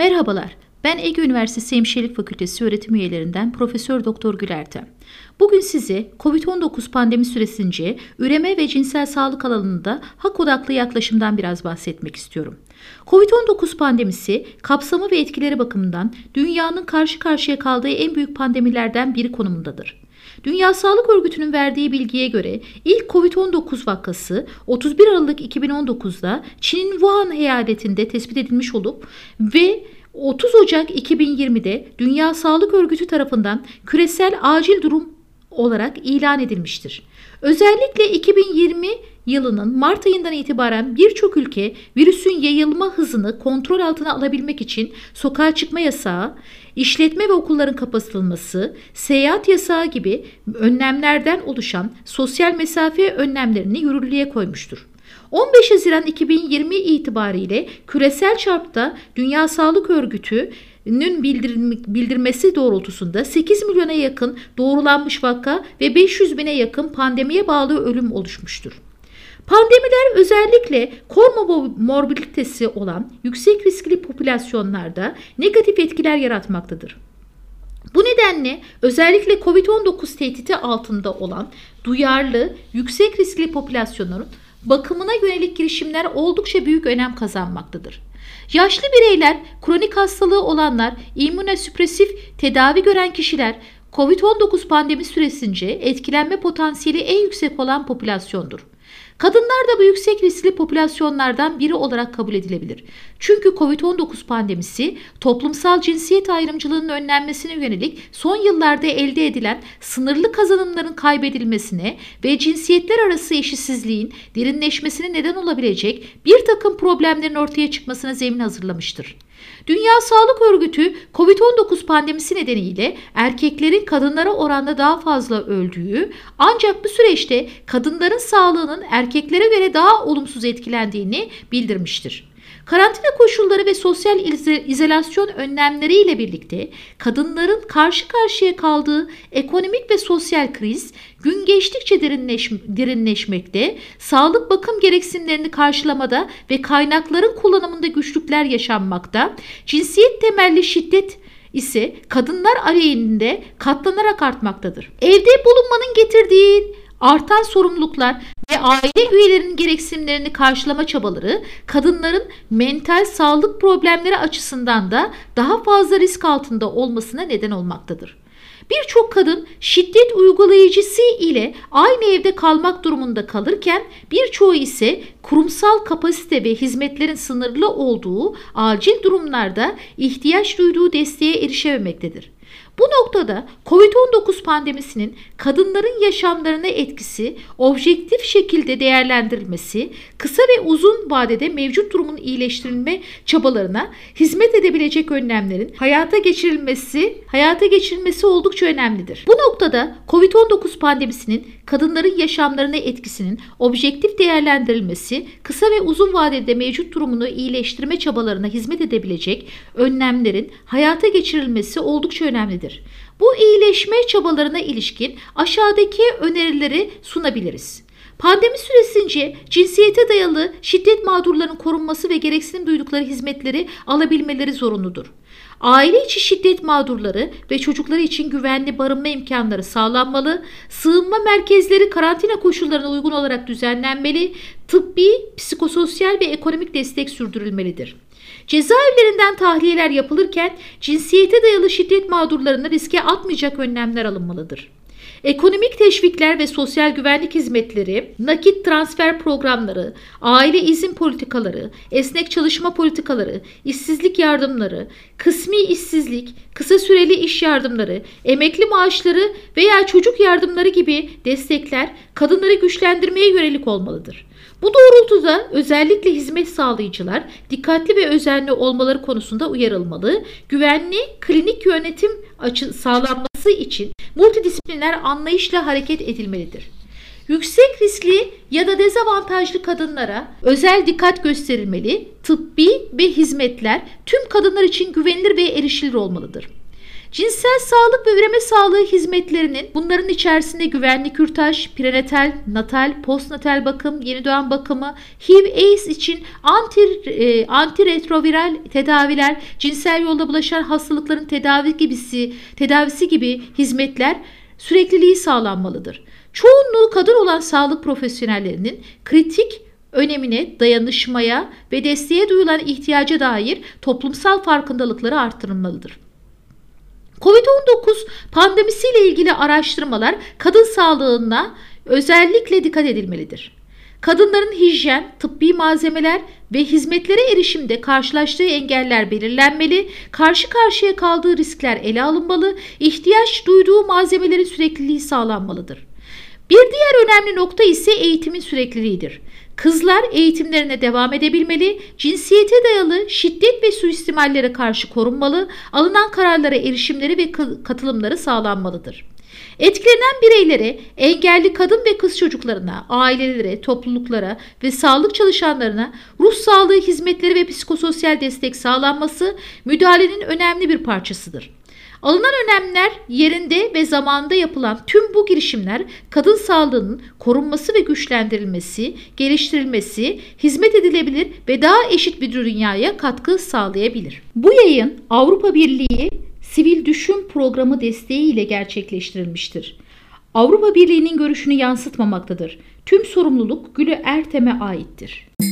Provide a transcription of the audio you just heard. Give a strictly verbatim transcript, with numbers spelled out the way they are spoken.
Merhabalar, ben Ege Üniversitesi Hemşirelik Fakültesi öğretim üyelerinden Profesör Doktor Gül Ertem. Bugün size kovid on dokuz pandemi süresince üreme ve cinsel sağlık alanında hak odaklı yaklaşımdan biraz bahsetmek istiyorum. kovid on dokuz pandemisi kapsamı ve etkileri bakımından dünyanın karşı karşıya kaldığı en büyük pandemilerden biri konumundadır. Dünya Sağlık Örgütü'nün verdiği bilgiye göre ilk kovid on dokuz vakası otuz bir Aralık iki bin on dokuz'da Çin'in Wuhan eyaletinde tespit edilmiş olup ve otuz Ocak iki bin yirmi'de Dünya Sağlık Örgütü tarafından küresel acil durum olarak ilan edilmiştir. Özellikle iki bin yirmi yılının Mart ayından itibaren birçok ülke virüsün yayılma hızını kontrol altına alabilmek için sokağa çıkma yasağı, işletme ve okulların kapatılması, seyahat yasağı gibi önlemlerden oluşan sosyal mesafe önlemlerini yürürlüğe koymuştur. on beş Haziran iki bin yirmi itibariyle küresel çapta Dünya Sağlık Örgütü'nün bildirmesi doğrultusunda sekiz milyona yakın doğrulanmış vaka ve beş yüz bine yakın pandemiye bağlı ölüm oluşmuştur. Pandemiler özellikle komorbiditesi olan yüksek riskli popülasyonlarda negatif etkiler yaratmaktadır. Bu nedenle özellikle kovid on dokuz tehdidi altında olan duyarlı, yüksek riskli popülasyonların bakımına yönelik girişimler oldukça büyük önem kazanmaktadır. Yaşlı bireyler, kronik hastalığı olanlar, immünosüpresif tedavi gören kişiler kovid on dokuz pandemi süresince etkilenme potansiyeli en yüksek olan popülasyondur. Kadınlar da bu yüksek riskli popülasyonlardan biri olarak kabul edilebilir. Çünkü kovid on dokuz pandemisi toplumsal cinsiyet ayrımcılığının önlenmesine yönelik son yıllarda elde edilen sınırlı kazanımların kaybedilmesine ve cinsiyetler arası eşitsizliğin derinleşmesine neden olabilecek bir takım problemlerin ortaya çıkmasına zemin hazırlamıştır. Dünya Sağlık Örgütü kovid on dokuz pandemisi nedeniyle erkeklerin kadınlara oranla daha fazla öldüğü ancak bu süreçte kadınların sağlığının erkeklere göre daha olumsuz etkilendiğini bildirmiştir. Karantina koşulları ve sosyal izolasyon önlemleriyle birlikte kadınların karşı karşıya kaldığı ekonomik ve sosyal kriz gün geçtikçe derinleş, derinleşmekte, sağlık bakım gereksinimlerini karşılamada ve kaynakların kullanımında güçlükler yaşanmakta, cinsiyet temelli şiddet ise kadınlar aleyhinde katlanarak artmaktadır. Evde bulunmanın getirdiği artan sorumluluklar ve aile üyelerinin gereksinimlerini karşılama çabaları kadınların mental sağlık problemleri açısından da daha fazla risk altında olmasına neden olmaktadır. Birçok kadın şiddet uygulayıcısı ile aynı evde kalmak durumunda kalırken birçoğu ise kurumsal kapasite ve hizmetlerin sınırlı olduğu acil durumlarda ihtiyaç duyduğu desteğe erişememektedir. Bu noktada kovid on dokuz pandemisinin kadınların yaşamlarına etkisi objektif şekilde değerlendirilmesi, kısa ve uzun vadede mevcut durumun iyileştirilme çabalarına hizmet edebilecek önlemlerin hayata geçirilmesi, hayata geçirilmesi oldukça önemlidir. Bu noktada kovid on dokuz pandemisinin kadınların yaşamlarına etkisinin objektif değerlendirilmesi, kısa ve uzun vadede mevcut durumunu iyileştirme çabalarına hizmet edebilecek önlemlerin hayata geçirilmesi oldukça önemlidir. Bu iyileşme çabalarına ilişkin aşağıdaki önerileri sunabiliriz. Pandemi süresince cinsiyete dayalı şiddet mağdurlarının korunması ve gereksinim duydukları hizmetleri alabilmeleri zorunludur. Aile içi şiddet mağdurları ve çocukları için güvenli barınma imkanları sağlanmalı, sığınma merkezleri karantina koşullarına uygun olarak düzenlenmeli, tıbbi, psikososyal ve ekonomik destek sürdürülmelidir. Cezaevlerinden tahliyeler yapılırken cinsiyete dayalı şiddet mağdurlarını riske atmayacak önlemler alınmalıdır. Ekonomik teşvikler ve sosyal güvenlik hizmetleri, nakit transfer programları, aile izin politikaları, esnek çalışma politikaları, işsizlik yardımları, kısmi işsizlik, kısa süreli iş yardımları, emekli maaşları veya çocuk yardımları gibi destekler kadınları güçlendirmeye yönelik olmalıdır. Bu doğrultuda özellikle hizmet sağlayıcılar dikkatli ve özenli olmaları konusunda uyarılmalı, güvenli klinik yönetim açı sağlanması için multidisipliner anlayışla hareket edilmelidir. Yüksek riskli ya da dezavantajlı kadınlara özel dikkat gösterilmeli, tıbbi ve hizmetler tüm kadınlar için güvenilir ve erişilir olmalıdır. Cinsel sağlık ve üreme sağlığı hizmetlerinin bunların içerisinde güvenli kürtaj, prenatal, natal, postnatal bakım, yeni doğan bakımı, H I V AIDS için anti, e, antiretroviral tedaviler, cinsel yolda bulaşan hastalıkların tedavi gibisi, tedavisi gibi hizmetler sürekliliği sağlanmalıdır. Çoğunluğu kadın olan sağlık profesyonellerinin kritik önemine, dayanışmaya ve desteğe duyulan ihtiyaca dair toplumsal farkındalıkları artırılmalıdır. kovid on dokuz pandemisiyle ilgili araştırmalar kadın sağlığına özellikle dikkat edilmelidir. Kadınların hijyen, tıbbi malzemeler ve hizmetlere erişimde karşılaştığı engeller belirlenmeli, karşı karşıya kaldığı riskler ele alınmalı, ihtiyaç duyduğu malzemelerin sürekliliği sağlanmalıdır. Bir diğer önemli nokta ise eğitimin sürekliliğidir. Kızlar eğitimlerine devam edebilmeli, cinsiyete dayalı şiddet ve suistimallere karşı korunmalı, alınan kararlara erişimleri ve katılımları sağlanmalıdır. Etkilenen bireylere, engelli kadın ve kız çocuklarına, ailelere, topluluklara ve sağlık çalışanlarına ruh sağlığı hizmetleri ve psikososyal destek sağlanması müdahalenin önemli bir parçasıdır. Alınan önlemler yerinde ve zamanında yapılan tüm bu girişimler kadın sağlığının korunması ve güçlendirilmesi, geliştirilmesi, hizmet edilebilir ve daha eşit bir dünyaya katkı sağlayabilir. Bu yayın Avrupa Birliği Sivil Düşün Programı desteği ile gerçekleştirilmiştir. Avrupa Birliği'nin görüşünü yansıtmamaktadır. Tüm sorumluluk Gülü Ertem'e aittir.